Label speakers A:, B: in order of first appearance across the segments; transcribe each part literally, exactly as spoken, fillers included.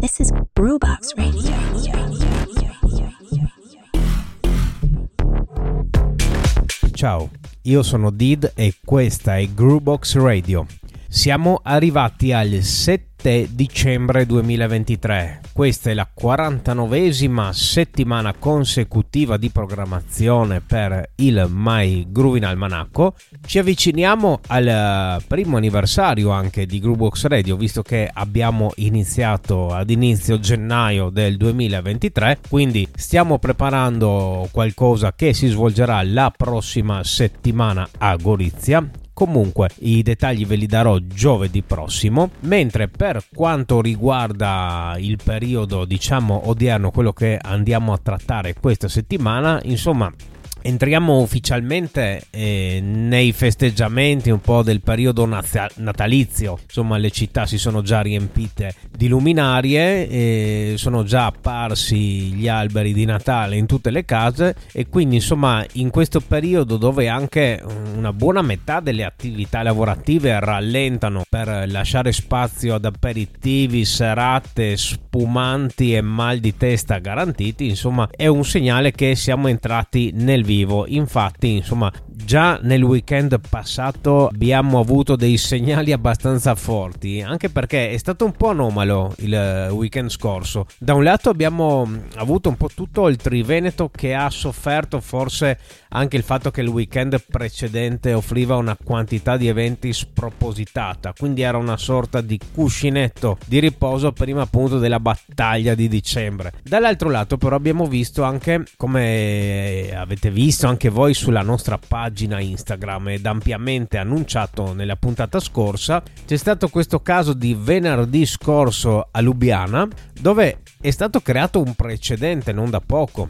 A: This is Brewbox Radio.
B: Ciao, io sono Did e questa è Brewbox Radio. Siamo arrivati al sette dicembre duemilaventitré. Questa è la quarantanovesima settimana consecutiva di programmazione per il My Groovin Almanacco. Ci avviciniamo al primo anniversario anche di Groovebox Radio, visto che abbiamo iniziato ad inizio gennaio del duemilaventitré, quindi stiamo preparando qualcosa che si svolgerà la prossima settimana a Gorizia. Comunque i dettagli ve li darò giovedì prossimo, mentre per quanto riguarda il periodo diciamo odierno, quello che andiamo a trattare questa settimana, insomma entriamo ufficialmente eh, nei festeggiamenti un po' del periodo naz- natalizio. Insomma, le città si sono già riempite di luminarie, e sono già apparsi gli alberi di Natale in tutte le case, e quindi insomma in questo periodo dove anche una buona metà delle attività lavorative rallentano per lasciare spazio ad aperitivi, serate, spumanti e mal di testa garantiti, insomma è un segnale che siamo entrati nel vivo. Infatti, insomma, già nel weekend passato abbiamo avuto dei segnali abbastanza forti, anche perché è stato un po' anomalo il weekend scorso. Da un lato abbiamo avuto un po' tutto il Triveneto che ha sofferto forse anche il fatto che il weekend precedente offriva una quantità di eventi spropositata, quindi era una sorta di cuscinetto di riposo prima appunto della battaglia di dicembre. Dall'altro lato però abbiamo visto anche, come avete visto anche voi sulla nostra pagina Instagram ed ampiamente annunciato nella puntata scorsa, c'è stato questo caso di venerdì scorso a Lubiana, dove è stato creato un precedente non da poco.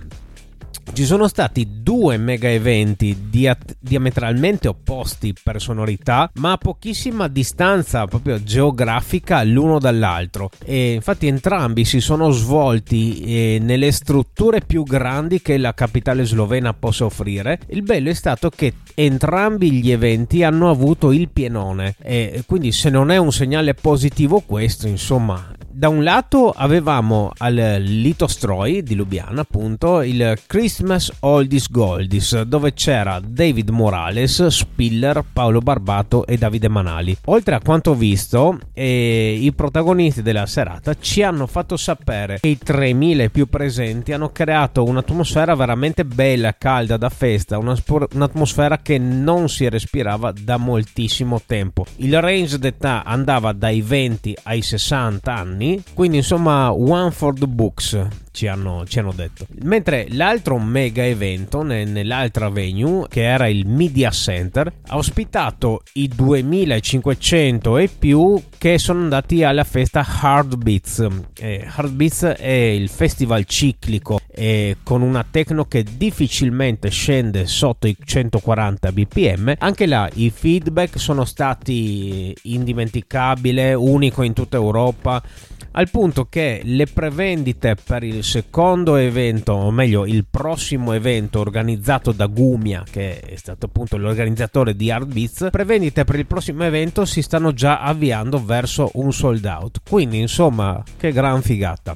B: Ci sono stati due mega eventi diat- diametralmente opposti per sonorità, ma a pochissima distanza proprio geografica l'uno dall'altro, e infatti entrambi si sono svolti eh, nelle strutture più grandi che la capitale slovena possa offrire. Il bello è stato che entrambi gli eventi hanno avuto il pienone, e quindi se non è un segnale positivo questo, insomma. Da un lato avevamo al Litostroj di Lubiana appunto il Christmas Oldies Goldies, dove c'era David Morales, Spiller, Paolo Barbato e Davide Manali. Oltre a quanto visto, eh, i protagonisti della serata ci hanno fatto sapere che i tremila più presenti hanno creato un'atmosfera veramente bella, calda, da festa, una spor- un'atmosfera che non si respirava da moltissimo tempo. Il range d'età andava dai venti ai sessanta anni, quindi insomma one for the books ci hanno, ci hanno detto. Mentre l'altro mega evento nell'altra venue, che era il Media Center, ha ospitato i duemilacinquecento e più che sono andati alla festa Heartbeats. eh, Heartbeats è il festival ciclico eh, con una techno che difficilmente scende sotto i centoquaranta bpm. Anche là i feedback sono stati indimenticabili, unico in tutta Europa, al punto che le prevendite per il secondo evento, o meglio il prossimo evento organizzato da Gumia, che è stato appunto l'organizzatore di Heartbeats, prevendite per il prossimo evento si stanno già avviando verso un sold out. Quindi insomma, che gran figata.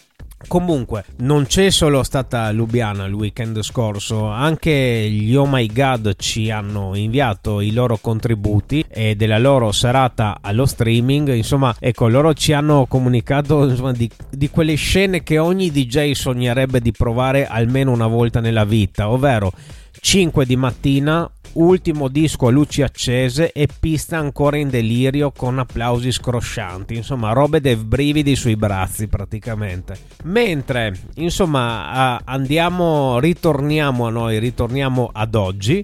B: Comunque non c'è solo stata Lubiana il weekend scorso, anche gli Oh My God ci hanno inviato i loro contributi e della loro serata allo streaming. Insomma, ecco, loro ci hanno comunicato insomma, di, di quelle scene che ogni D J sognerebbe di provare almeno una volta nella vita, ovvero cinque di mattina, ultimo disco a luci accese e pista ancora in delirio con applausi scroscianti, insomma robe dei brividi sui bracci praticamente. Mentre insomma andiamo, ritorniamo a noi, ritorniamo ad oggi,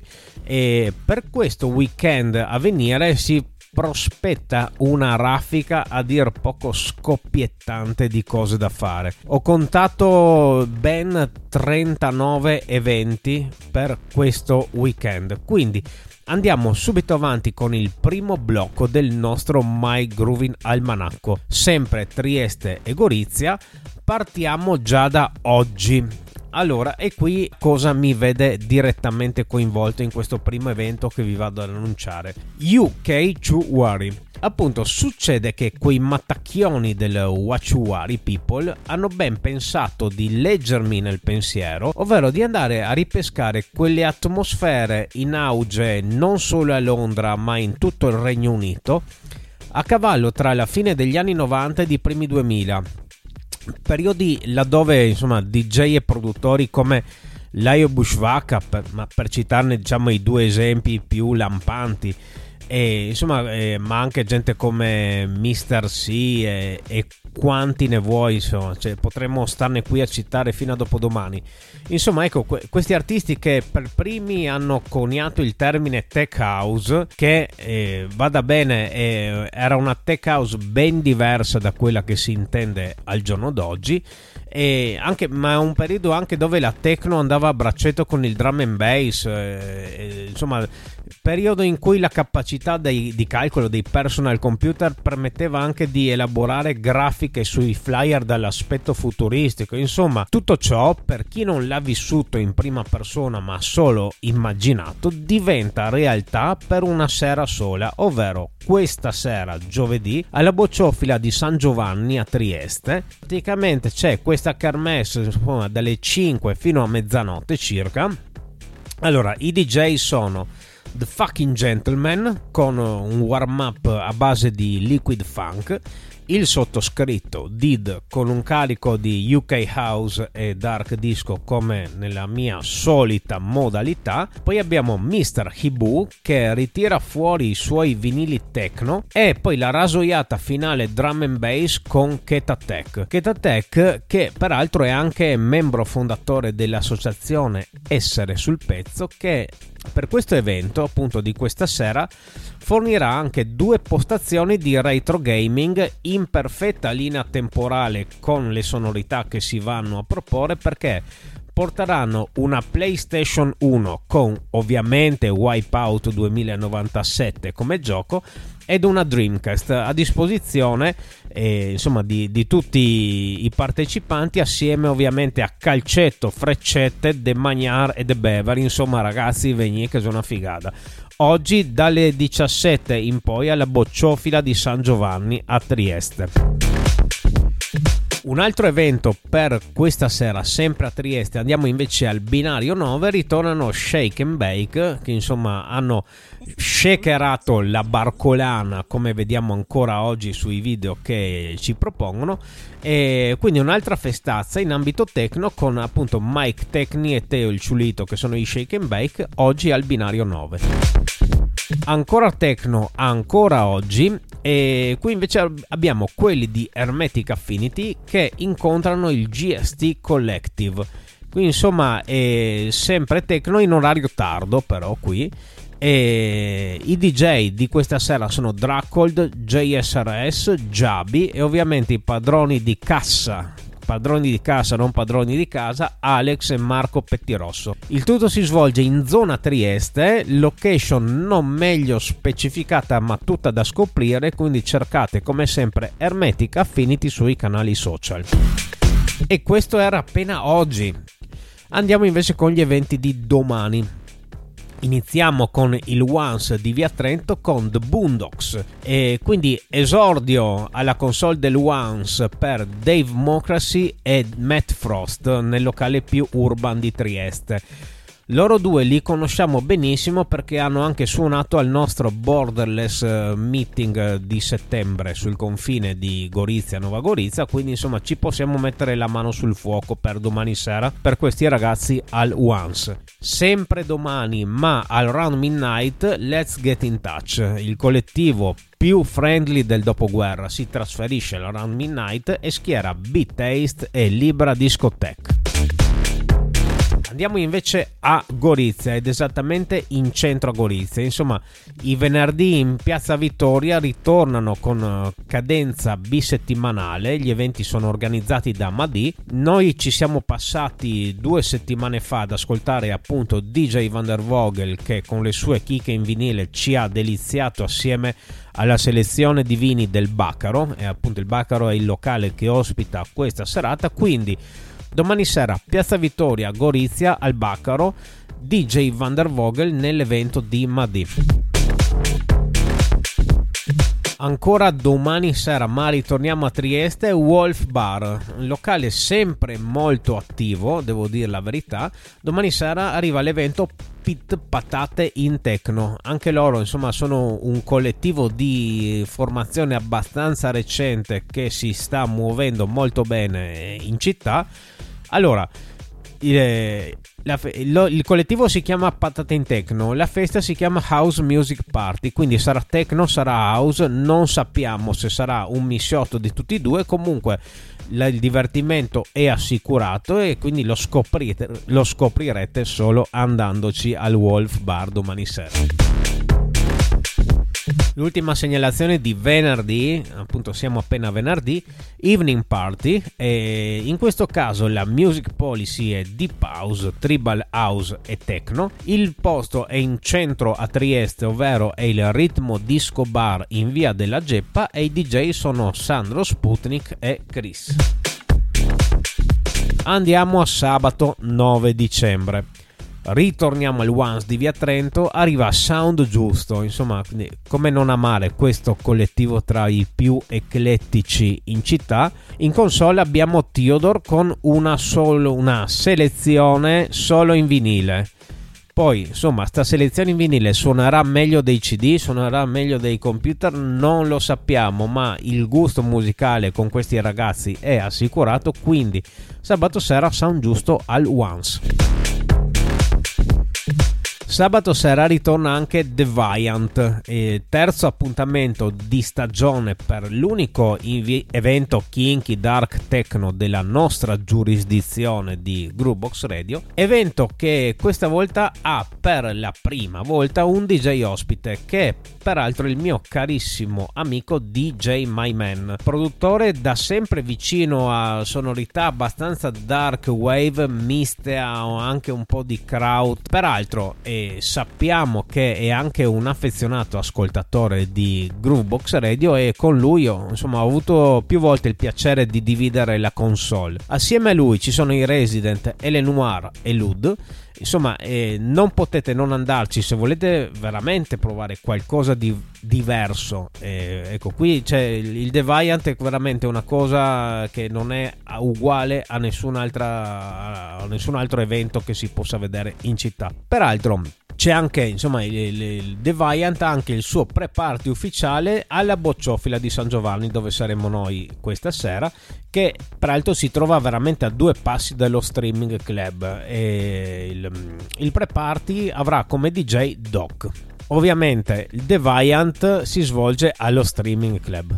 B: e per questo weekend a venire si prospetta una raffica a dir poco scoppiettante di cose da fare. Ho contato ben trentanove eventi per questo weekend, quindi andiamo subito avanti con il primo blocco del nostro My Groovin Almanacco, sempre Trieste e Gorizia. Partiamo già da oggi. allora, e qui cosa mi vede direttamente coinvolto in questo primo evento che vi vado ad annunciare? U K Chewari. Appunto, succede che quei mattacchioni del Wachowari People hanno ben pensato di leggermi nel pensiero, ovvero di andare a ripescare quelle atmosfere in auge non solo a Londra ma in tutto il Regno Unito, a cavallo tra la fine degli anni novanta e i primi duemila, periodi laddove insomma D J e produttori come Laio Bushwaka, per, ma per citarne diciamo i due esempi più lampanti, e insomma eh, ma anche gente come mister C e, e quanti ne vuoi, insomma, cioè, potremmo starne qui a citare fino a dopodomani. Insomma, ecco, que- questi artisti che per primi hanno coniato il termine tech house, che eh, vada bene, eh, era una tech house ben diversa da quella che si intende al giorno d'oggi, e anche, ma è un periodo anche dove la techno andava a braccetto con il drum and bass, eh, eh, insomma periodo in cui la capacità dei, di calcolo dei personal computer permetteva anche di elaborare grafiche sui flyer dall'aspetto futuristico. Insomma, tutto ciò, per chi non l'ha vissuto in prima persona ma solo immaginato, diventa realtà per una sera sola, ovvero questa sera, giovedì, alla Bocciofila di San Giovanni a Trieste. Praticamente c'è questa kermesse, insomma, dalle cinque fino a mezzanotte circa. Allora, i D J sono The Fucking Gentleman con un warm up a base di liquid funk, il sottoscritto Did con un carico di U K House e Dark Disco come nella mia solita modalità. Poi abbiamo mister Hibu che ritira fuori i suoi vinili techno, e poi la rasoiata finale drum and bass con Keta Tech. Keta Tech, che peraltro è anche membro fondatore dell'associazione Essere sul Pezzo, che per questo evento, appunto di questa sera, fornirà anche due postazioni di retro gaming in perfetta linea temporale con le sonorità che si vanno a proporre, perché porteranno una PlayStation uno con ovviamente Wipeout duemilanovantasette come gioco ed una Dreamcast a disposizione eh, insomma di, di tutti i partecipanti, assieme ovviamente a calcetto, freccette, de magnar e de bever. Insomma ragazzi, vegni che sono una figata. Oggi dalle diciassette in poi alla Bocciofila di San Giovanni a Trieste. Un altro evento per questa sera, sempre a Trieste, andiamo invece al binario nove, ritornano Shake and Bake, che insomma hanno shakerato la barcolana, come vediamo ancora oggi sui video che ci propongono, e quindi un'altra festazza in ambito techno con appunto Mike Tecni e Teo il Ciulito, che sono i Shake and Bake, oggi al binario nove. Ancora techno, ancora oggi, e qui invece abbiamo quelli di Hermetic Affinity che incontrano il G S T Collective. Qui insomma è sempre techno in orario tardo, però qui, e i D J di questa sera sono Dracold, J S R S, Jabi e ovviamente i padroni di cassa padroni di casa non padroni di casa, Alex e Marco Pettirosso. Il tutto si svolge in zona Trieste, location non meglio specificata ma tutta da scoprire, quindi cercate come sempre Hermetic Affinity sui canali social. E questo era appena oggi. Andiamo invece con gli eventi di domani. Iniziamo con il Once di Via Trento con The Boondocks, e quindi esordio alla console del Once per Dave Mocracy e Matt Frost nel locale più urban di Trieste. Loro due li conosciamo benissimo perché hanno anche suonato al nostro Borderless meeting di settembre sul confine di Gorizia Nova Gorizia, quindi insomma ci possiamo mettere la mano sul fuoco per domani sera per questi ragazzi al Once. Sempre domani, ma al Round Midnight, Let's Get in Touch, il collettivo più friendly del dopoguerra, si trasferisce al Round Midnight e schiera Beat Taste e Libra Discotheque. Andiamo invece a Gorizia, ed esattamente in centro a Gorizia. Insomma, i venerdì in Piazza Vittoria ritornano con cadenza bisettimanale. Gli eventi sono organizzati da Madi. Noi ci siamo passati due settimane fa ad ascoltare appunto D J Van der Vogel, che con le sue chicche in vinile ci ha deliziato assieme alla selezione di vini del Baccaro, e appunto il Baccaro è il locale che ospita questa serata. Quindi domani sera Piazza Vittoria, Gorizia, al Baccaro, D J Van der Vogel nell'evento di Madi. Ancora domani sera, ma ritorniamo a Trieste, Wolf Bar, un locale sempre molto attivo, devo dire la verità. Domani sera arriva l'evento Pit Patate in Techno. Anche loro, insomma, sono un collettivo di formazione abbastanza recente che si sta muovendo molto bene in città. Allora, il, la, lo, il collettivo si chiama Patate in Techno, la festa si chiama House Music Party, quindi sarà techno, sarà house, non sappiamo se sarà un mischiotto di tutti e due. Comunque la, il divertimento è assicurato e quindi lo scoprirete, lo scoprirete solo andandoci al Wolf Bar domani sera. L'ultima segnalazione di venerdì, appunto siamo appena a venerdì, Evening Party, e in questo caso la music policy è Deep House, Tribal House e Techno. Il posto è in centro a Trieste, ovvero è il Ritmo Disco Bar in via della Geppa, e i D J sono Sandro Sputnik e Chris. Andiamo a sabato nove dicembre. Ritorniamo al Once di via Trento, arriva Sound Giusto, insomma, come non amare questo collettivo tra i più eclettici in città. In console abbiamo Theodore con una, solo, una selezione solo in vinile. Poi, insomma, sta selezione in vinile suonerà meglio dei C D, suonerà meglio dei computer, non lo sappiamo, ma il gusto musicale con questi ragazzi è assicurato. Quindi sabato sera Sound Giusto al Once. Sabato sera ritorna anche The Viant, eh, terzo appuntamento di stagione per l'unico invi- evento Kinky Dark Techno della nostra giurisdizione di Groovebox Radio, evento che questa volta ha per la prima volta un D J ospite, che è peraltro il mio carissimo amico D J My Man, produttore da sempre vicino a sonorità abbastanza dark wave, mistea o anche un po' di crowd. Peraltro eh, sappiamo che è anche un affezionato ascoltatore di Groovebox Radio, e con lui ho, insomma, ho avuto più volte il piacere di dividere la console. Assieme a lui ci sono i Resident, Elenoir e Lud. Insomma, eh, non potete non andarci se volete veramente provare qualcosa di diverso. Eh, ecco, qui c'è il, il Deviant, è veramente una cosa che non è uguale a nessun'altra, a nessun altro evento che si possa vedere in città. Peraltro c'è anche, insomma, il, il, il Deviant ha anche il suo pre-party ufficiale alla Bocciofila di San Giovanni, dove saremo noi questa sera, che peraltro si trova veramente a due passi dallo Streaming Club. E il, il pre-party avrà come D J Doc. Ovviamente il Deviant si svolge allo Streaming Club.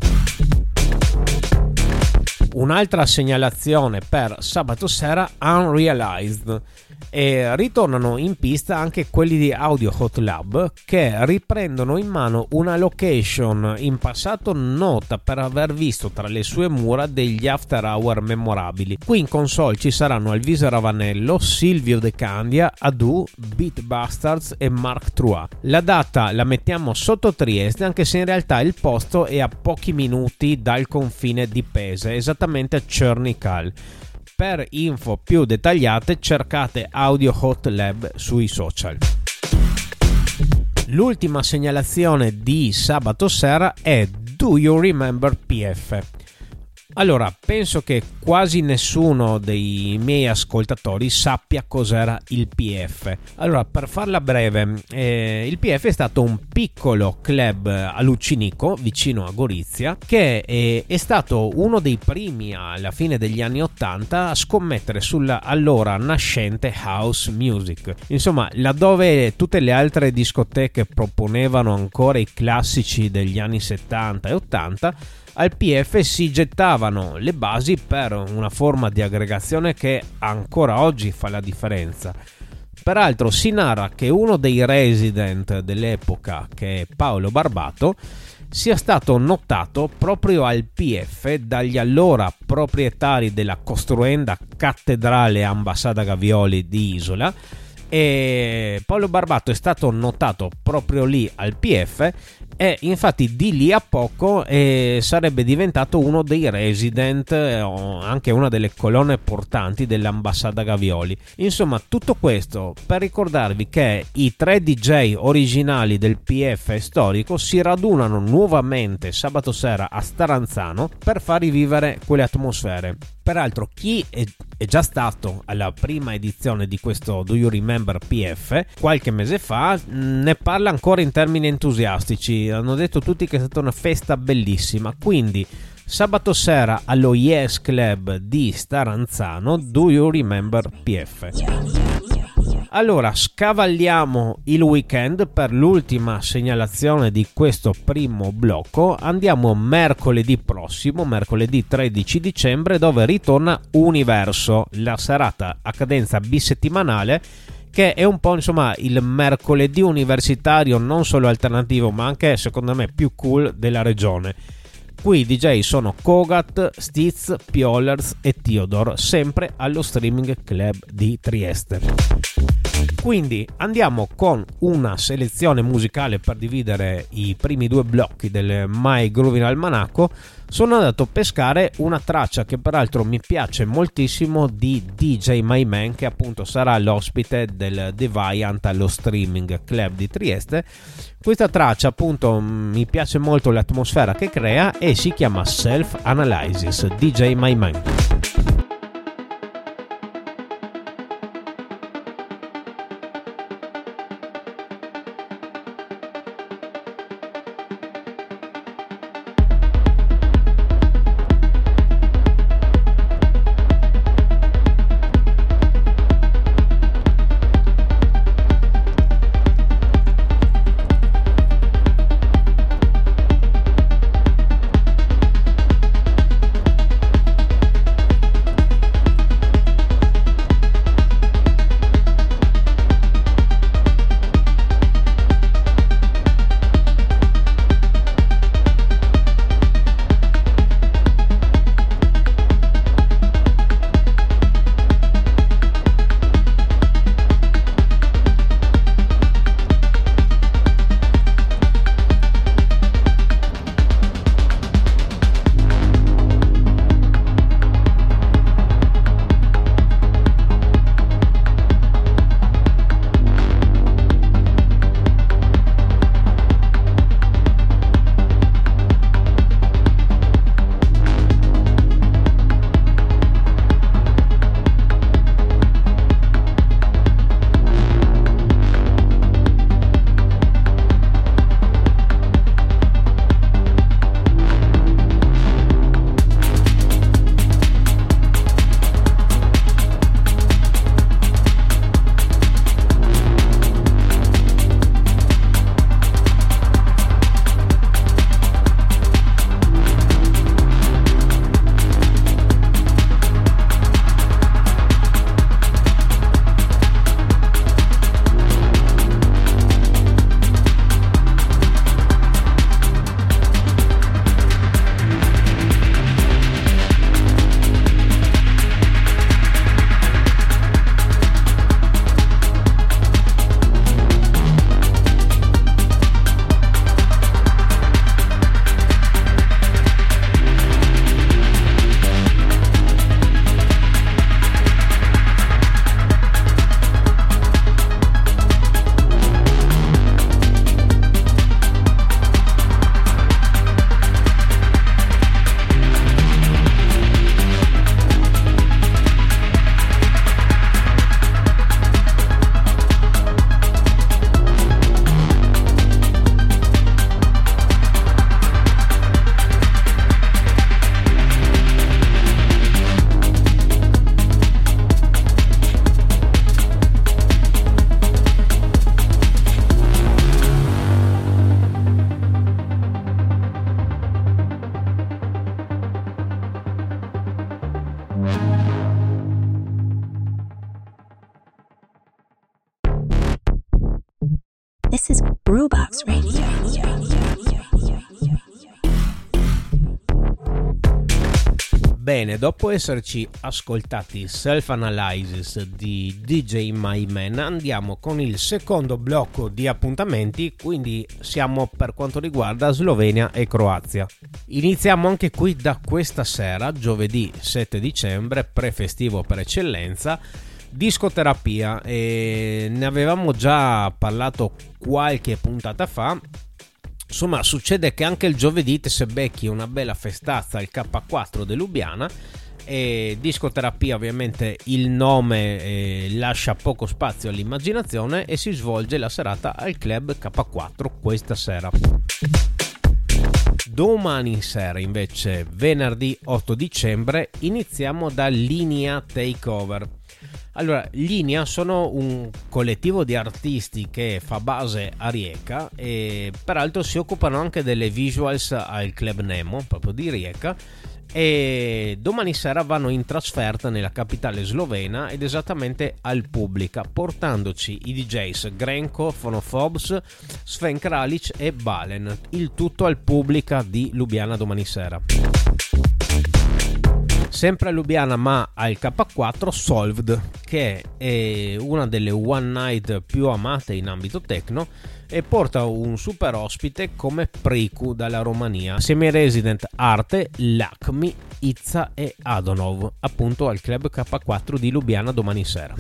B: Un'altra segnalazione per sabato sera, Unrealized, e ritornano in pista anche quelli di Audio Hot Lab, che riprendono in mano una location in passato nota per aver visto tra le sue mura degli after hour memorabili. Qui in console ci saranno Alvise Ravanello, Silvio De Candia, Adu, Beat Bastards e Mark Trois. La data la mettiamo sotto Trieste, anche se in realtà il posto è a pochi minuti dal confine di Pese, esattamente a Cernical. Per info più dettagliate cercate Audio Hot Lab sui social. L'ultima segnalazione di sabato sera è Do You Remember P F? Allora, penso che quasi nessuno dei miei ascoltatori sappia cos'era il P F. Allora, per farla breve, eh, il P F è stato un piccolo club a Lucinico, vicino a Gorizia, che è, è stato uno dei primi alla fine degli anni ottanta a scommettere sulla allora nascente house music. Insomma, laddove tutte le altre discoteche proponevano ancora i classici degli anni settanta e ottanta, al P F si gettavano le basi per una forma di aggregazione che ancora oggi fa la differenza. Peraltro si narra che uno dei resident dell'epoca, che è Paolo Barbato, sia stato notato proprio al P F dagli allora proprietari della costruenda cattedrale Ambassada Gavioli di Isola, e Paolo Barbato è stato notato proprio lì al P F e infatti di lì a poco eh, sarebbe diventato uno dei resident, eh, anche una delle colonne portanti dell'Ambasciata Gavioli. Insomma, tutto questo per ricordarvi che i tre D J originali del P F storico si radunano nuovamente sabato sera a Staranzano per far rivivere quelle atmosfere. Peraltro chi è, è già stato alla prima edizione di questo Do You Remember P F qualche mese fa ne parla ancora in termini entusiastici. Hanno detto tutti che è stata una festa bellissima. Quindi sabato sera allo Yes Club di Staranzano, Do You Remember P F. Allora, scavalliamo il weekend per l'ultima segnalazione di questo primo blocco. Andiamo mercoledì prossimo, mercoledì tredici dicembre, dove ritorna Universo, la serata a cadenza bisettimanale, che è un po' insomma il mercoledì universitario non solo alternativo ma anche secondo me più cool della regione. Qui i D J sono Kogat, Stiz, Piolers e Theodore, sempre allo Streaming Club di Trieste. Quindi andiamo con una selezione musicale per dividere i primi due blocchi del My Groovin' Almanacco. Sono andato a pescare una traccia che peraltro mi piace moltissimo di D J My Man, che appunto sarà l'ospite del Deviant allo Streaming Club di Trieste. Questa traccia appunto mi piace molto l'atmosfera che crea e si chiama Self Analysis, D J My Man.
A: This is Brewbox Radio.
B: Bene, dopo esserci ascoltati Self Analysis di D J My Man, andiamo con il secondo blocco di appuntamenti, quindi siamo per quanto riguarda Slovenia e Croazia. Iniziamo anche qui da questa sera, giovedì sette dicembre, prefestivo per eccellenza, discoterapia, e ne avevamo già parlato qualche puntata fa. Insomma, succede che anche il giovedì te se becchi una bella festazza al K quattro di Lubiana, e discoterapia, ovviamente il nome eh, lascia poco spazio all'immaginazione, e si svolge la serata al club K quattro questa sera. Domani sera invece, venerdì otto dicembre, iniziamo da Linea Takeover. Allora, Linea sono un collettivo di artisti che fa base a Rijeka e peraltro si occupano anche delle visuals al Club Nemo, proprio di Rijeka, e domani sera vanno in trasferta nella capitale slovena ed esattamente al Publica, portandoci i D Js Grenko, Phonofobs, Sven Kralic e Balen, il tutto al Publica di Lubiana domani sera. Sempre a Lubiana ma al K quattro, Solved, che è una delle one night più amate in ambito techno, e porta un super ospite come Priku dalla Romania, assieme ai resident Arte, Lakmi, Izza e Adonov, appunto al club K quattro di Lubiana domani sera.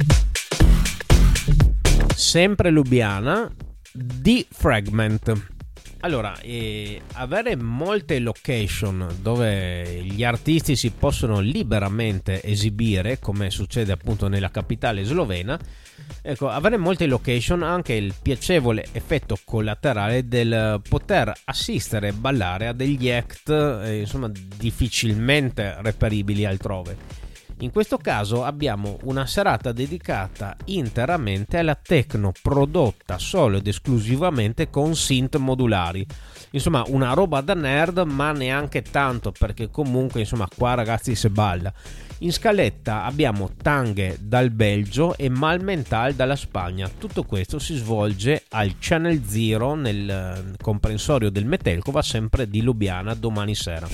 B: Sempre Lubiana, The Fragment. Allora, eh, avere molte location dove gli artisti si possono liberamente esibire, come succede appunto nella capitale slovena, ecco, avere molte location ha anche il piacevole effetto collaterale del poter assistere e ballare a degli act, eh, insomma, difficilmente reperibili altrove. In questo caso abbiamo una serata dedicata interamente alla techno prodotta solo ed esclusivamente con synth modulari. Insomma, una roba da nerd, ma neanche tanto, perché comunque insomma qua ragazzi si balla. In scaletta abbiamo Tanghe dal Belgio e Malmental dalla Spagna. Tutto questo si svolge al Channel Zero nel comprensorio del Metelkova, sempre di Lubiana, domani sera.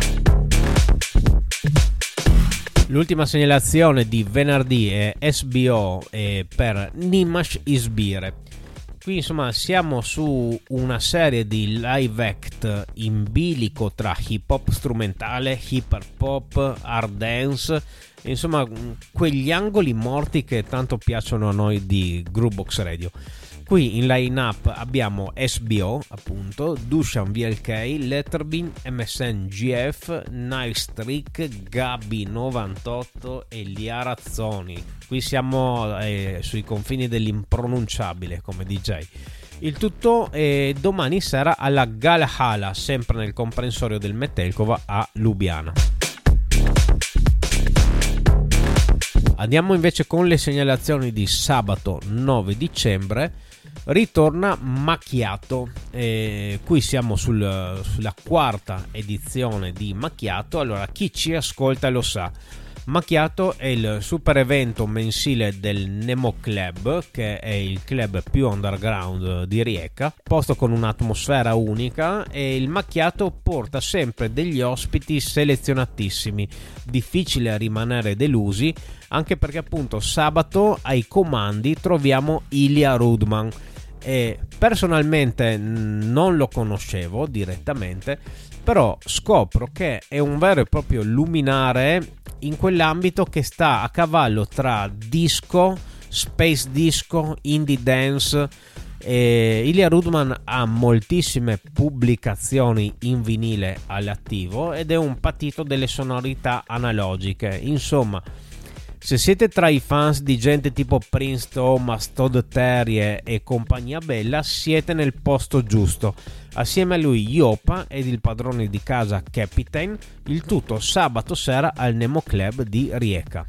B: L'ultima segnalazione di venerdì è S B O eh, per Nimash Izbire. Qui insomma siamo su una serie di live act in bilico tra hip hop strumentale, hyper pop, hard dance, insomma quegli angoli morti che tanto piacciono a noi di Groovebox Radio. Qui in line up abbiamo S B O, appunto, Dushan V L K, Letterbeam, M S N G F, Nice Trick, Gabi novantotto e Liara Zoni. Qui siamo eh, sui confini dell'impronunciabile come D J. Il tutto è domani sera alla Galhala, sempre nel comprensorio del Metelkova a Lubiana. Andiamo invece con le segnalazioni di sabato nove dicembre. Ritorna Macchiato, eh, qui siamo sul, sulla quarta edizione di Macchiato. Allora, chi ci ascolta lo sa, Macchiato è il super evento mensile del Nemo Club, che è il club più underground di Rijeka, posto con un'atmosfera unica, e il Macchiato porta sempre degli ospiti selezionatissimi, difficile rimanere delusi, anche perché appunto sabato ai comandi troviamo Ilya Rudman. E personalmente non lo conoscevo direttamente, però scopro che è un vero e proprio luminare in quell'ambito che sta a cavallo tra disco, space disco, indie dance. E Ilya Rudman ha moltissime pubblicazioni in vinile all'attivo ed è un patito delle sonorità analogiche. Insomma, se siete tra i fans di gente tipo Prince Thomas, Todd Terry e compagnia bella, siete nel posto giusto. Assieme a lui Yopa ed il padrone di casa Captain, il tutto sabato sera al Nemo Club di Rijeka.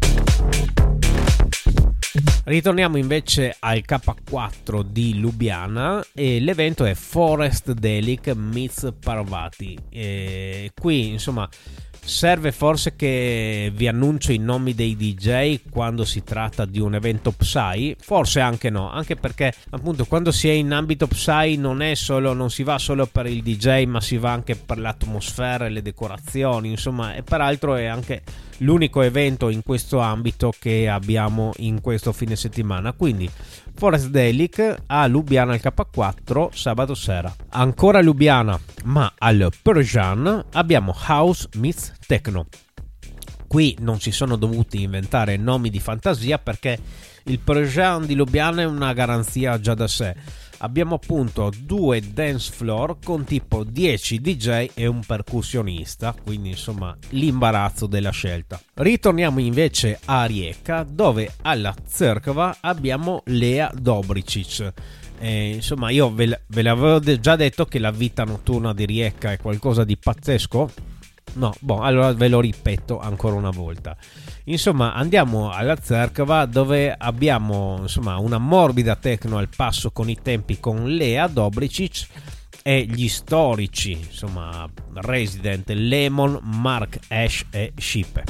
B: Ritorniamo invece al K quattro di Lubiana e l'evento è Forest Delic meets Parvati. E qui insomma Serve forse che vi annuncio i nomi dei D J quando si tratta di un evento Psy? Forse anche no, anche perché appunto quando si è in ambito Psy non è solo, non si va solo per il D J, ma si va anche per l'atmosfera e le decorazioni, insomma, e peraltro è anche l'unico evento in questo ambito che abbiamo in questo fine settimana. Quindi Foresdelic a Lubiana al K quattro sabato sera. Ancora a Lubiana, ma al Persian abbiamo House meets Techno. Qui non si sono dovuti inventare nomi di fantasia perché il Persian di Lubiana è una garanzia già da sé. Abbiamo appunto due dance floor con tipo dieci D J e un percussionista, quindi insomma l'imbarazzo della scelta. Ritorniamo invece a Rijeka, dove alla Cerkva abbiamo Lea Dobricic. E, insomma, io ve, ve l'avevo già detto che la vita notturna di Rijeka è qualcosa di pazzesco. No, boh, allora ve lo ripeto ancora una volta. Insomma, andiamo alla Cerkva, dove abbiamo insomma una morbida techno al passo con i tempi, con Lea Dobricic e gli storici insomma Resident, Lemon, Mark Ash e Shipe.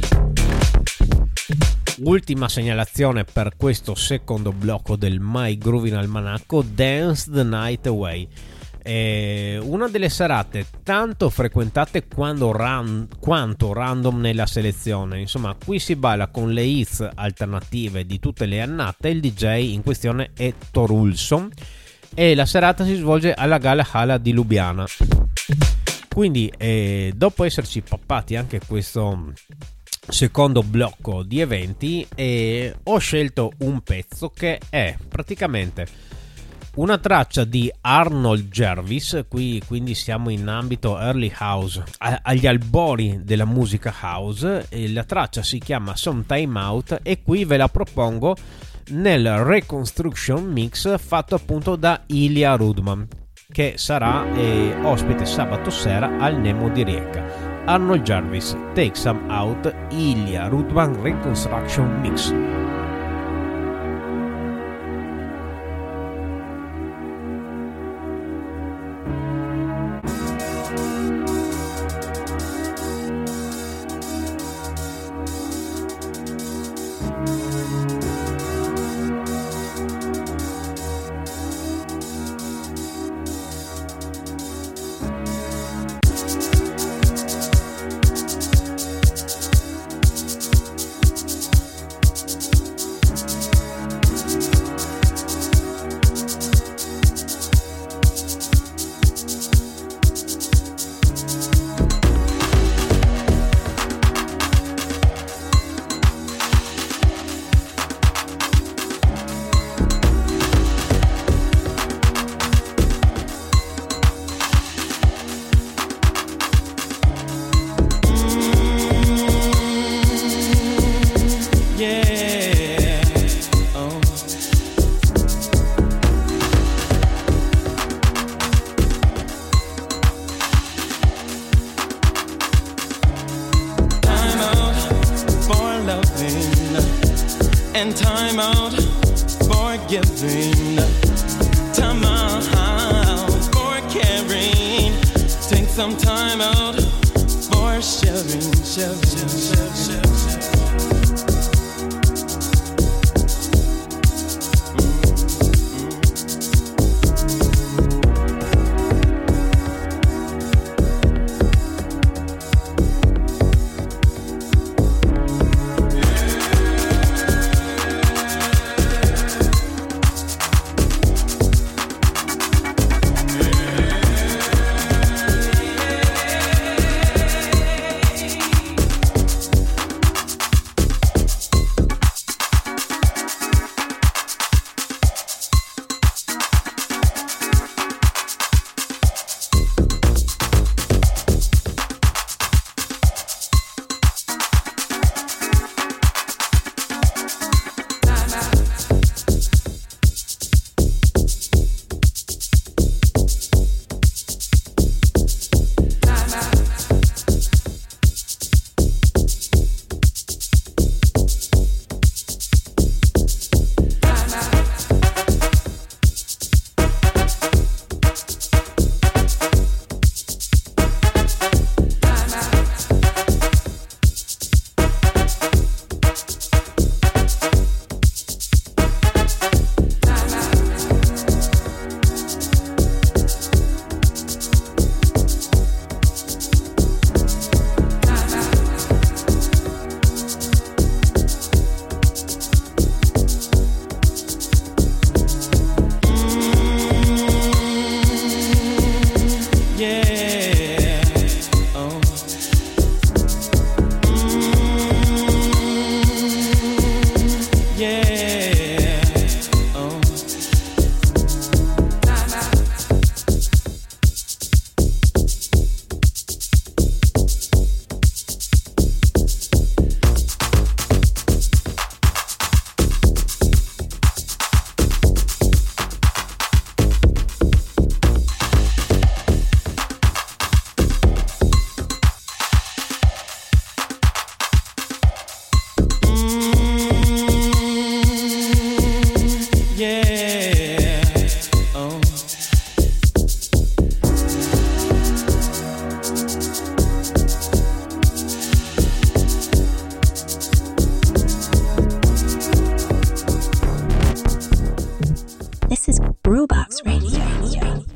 B: Ultima segnalazione per questo secondo blocco del My Groovin' Almanacco: Dance the Night Away. È una delle serate tanto frequentate quando ran- quanto random nella selezione. Insomma, qui si balla con le hits alternative di tutte le annate. Il D J in questione è Torulson e la serata si svolge alla Gala Hala di Lubiana. Quindi eh, dopo esserci pappati anche questo secondo blocco di eventi, eh, ho scelto un pezzo che è praticamente una traccia di Arnold Jervis. Qui quindi siamo in ambito early house, agli albori della musica house, e la traccia si chiama Some Time Out e qui ve la propongo nel Reconstruction Mix fatto appunto da Ilya Rudman, che sarà eh, ospite sabato sera al Nemo di Rijeka. Arnold Jervis, Take Some Out, Ilya Rudman Reconstruction Mix.
C: And time out for giving, time out for caring, take some time out for sharing, sharing, sharing, sharing.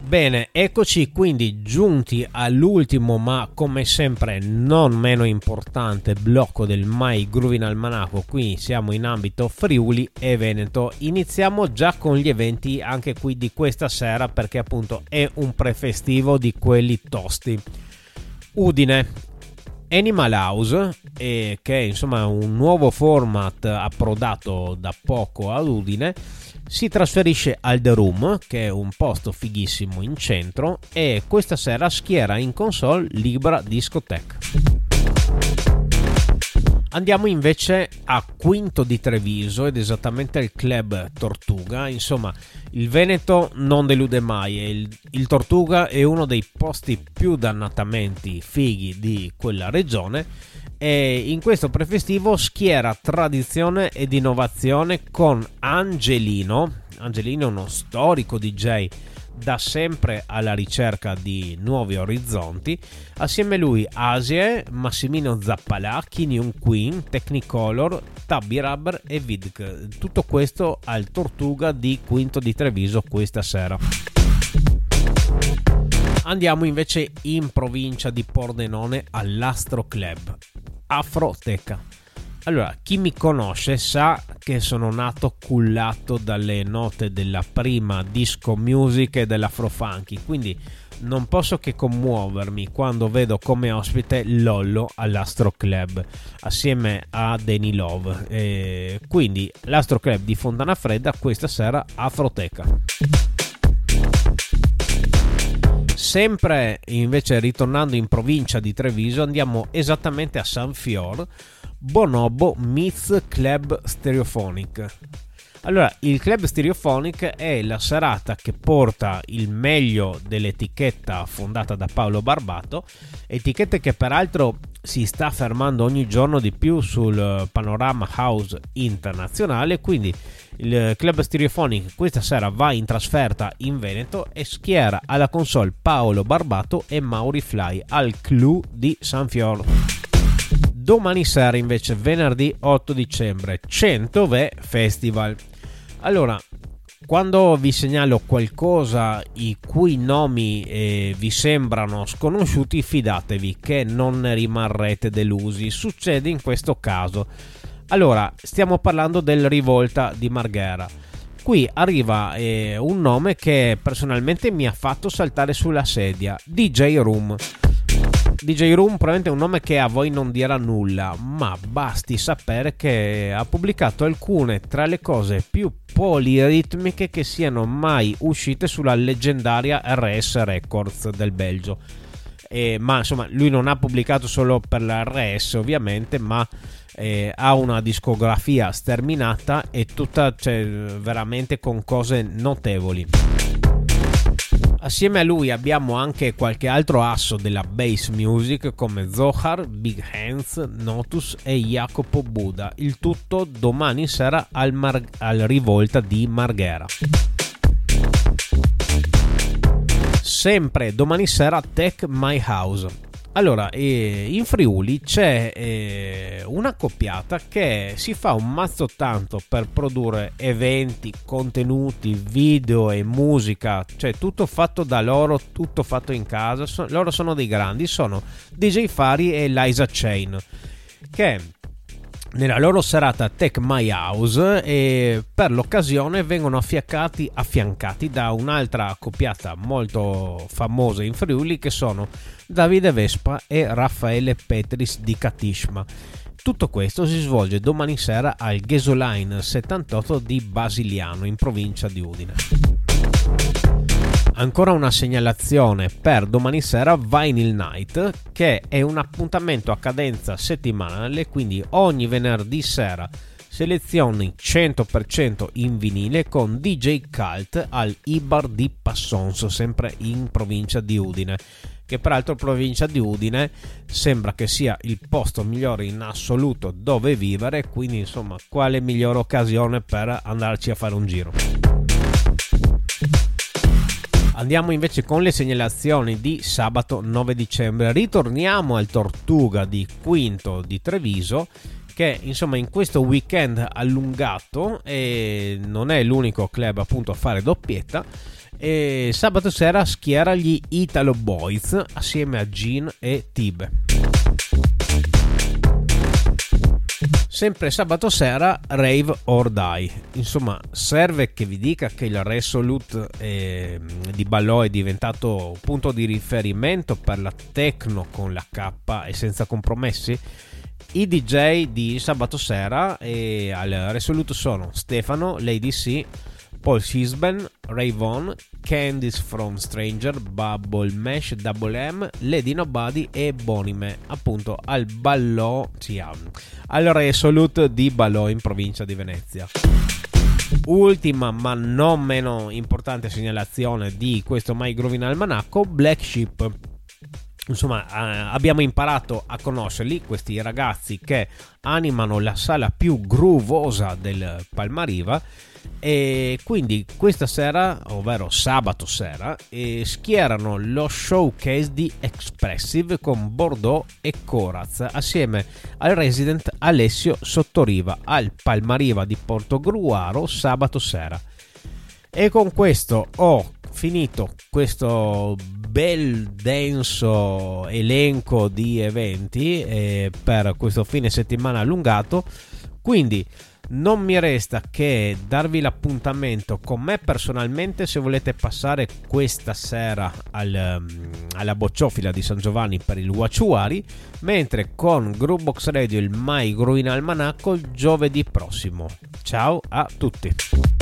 B: Bene, eccoci quindi giunti all'ultimo, ma come sempre non meno importante, blocco del My Groovin' Almanacco. Qui siamo in ambito Friuli e Veneto. Iniziamo già con gli eventi anche qui di questa sera, perché appunto è un prefestivo di quelli tosti. Udine, Animal House, eh, che è insomma un nuovo format approdato da poco ad Udine, si trasferisce al The Room, che è un posto fighissimo in centro, e questa sera schiera in console Libra Discotheque. Andiamo invece a Quinto di Treviso ed esattamente al Club Tortuga. Insomma, il Veneto non delude mai e il, il Tortuga è uno dei posti più dannatamente fighi di quella regione, e in questo prefestivo schiera tradizione ed innovazione con Angelino. Angelino è uno storico D J da sempre alla ricerca di nuovi orizzonti. Assieme a lui Asie, Massimino Zappalà, Kinium Queen, Technicolor, Tabby Rubber e Vidk. Tutto questo al Tortuga di Quinto di Treviso questa sera. Andiamo invece in provincia di Pordenone all'Astro Club, Afroteca. Allora, chi mi conosce sa che sono nato cullato dalle note della prima disco music e dell'afrofunky, quindi non posso che commuovermi quando vedo come ospite Lollo all'Astro Club assieme a Danny Love. E quindi l'Astro Club di Fontana Fredda questa sera, Afroteca. Sempre invece ritornando in provincia di Treviso, andiamo esattamente a San Fior, Bonobo meets Club Stereophonic. Allora, il Club Stereophonic è la serata che porta il meglio dell'etichetta fondata da Paolo Barbato, etichetta che peraltro si sta affermando ogni giorno di più sul panorama house internazionale. Quindi il Club Stereophonic questa sera va in trasferta in Veneto e schiera alla console Paolo Barbato e Mauri Fly al Clou di San Fior. Domani sera invece, venerdì otto dicembre, cento V Festival. Allora, quando vi segnalo qualcosa i cui nomi eh, vi sembrano sconosciuti, fidatevi che non ne rimarrete delusi. Succede in questo caso. Allora, stiamo parlando del Rivolta di Marghera. Qui arriva eh, un nome che personalmente mi ha fatto saltare sulla sedia, D J Room. D J Room probabilmente è un nome che a voi non dirà nulla, ma basti sapere che ha pubblicato alcune tra le cose più poliritmiche che siano mai uscite sulla leggendaria R S Records del Belgio. Eh, ma insomma, lui non ha pubblicato solo per la R S ovviamente, ma eh, ha una discografia sterminata e tutta, cioè, veramente con cose notevoli. Assieme a lui abbiamo anche qualche altro asso della bass music come Zohar, Big Hands, Notus e Jacopo Buda. Il tutto domani sera al, Mar- al Rivolta di Marghera. Sempre domani sera Tech My House. Allora, eh, in Friuli c'è eh, una coppiata che si fa un mazzo tanto per produrre eventi, contenuti, video e musica, cioè tutto fatto da loro, tutto fatto in casa. So, loro sono dei grandi, sono D J Fari e Liza Chain, che nella loro serata Tech My House e per l'occasione vengono affiancati, affiancati da un'altra accoppiata molto famosa in Friuli, che sono Davide Vespa e Raffaele Petris di Catishma. Tutto questo si svolge domani sera al Gasoline settantotto di Basiliano in provincia di Udine. Ancora una segnalazione per domani sera, Vinyl Night, che è un appuntamento a cadenza settimanale, quindi ogni venerdì sera selezioni cento per cento in vinile con D J Cult al Ibar di Passonso, sempre in provincia di Udine, che peraltro provincia di Udine sembra che sia il posto migliore in assoluto dove vivere, quindi insomma quale migliore occasione per andarci a fare un giro. Andiamo invece con le segnalazioni di sabato nove dicembre. Ritorniamo al Tortuga di Quinto di Treviso, che insomma in questo weekend allungato, e non è l'unico club appunto a fare doppietta, e sabato sera schiera gli Italo Boys assieme a Gene e Tibe. Sempre sabato sera Rave or Die. Insomma, serve che vi dica che il Resolute eh, di Balò è diventato punto di riferimento per la techno con la K e senza compromessi? I D J di sabato sera e al Resolute sono Stefano, Lady C, Paul Sisben, Ray Vaughan, Candice from Stranger, Bubble Mesh, Double M, Lady Nobody e Bonime, appunto al Balò, sì, al Resolute di Balò in provincia di Venezia. Ultima ma non meno importante segnalazione di questo My Groovin Almanacco, Black Sheep. Insomma, eh, abbiamo imparato a conoscerli, questi ragazzi che animano la sala più groovosa del Palmariva, e quindi questa sera, ovvero sabato sera, eh, schierano lo showcase di Expressive con Bordeaux e Coraz assieme al resident Alessio Sottoriva al Palmariva di Portogruaro sabato sera. E con questo ho finito questo bel denso elenco di eventi eh, per questo fine settimana allungato, quindi non mi resta che darvi l'appuntamento con me personalmente se volete passare questa sera al, alla bocciofila di San Giovanni per il Wachuari, mentre con Groovebox Radio il My Groovin Almanacco giovedì prossimo. Ciao a tutti.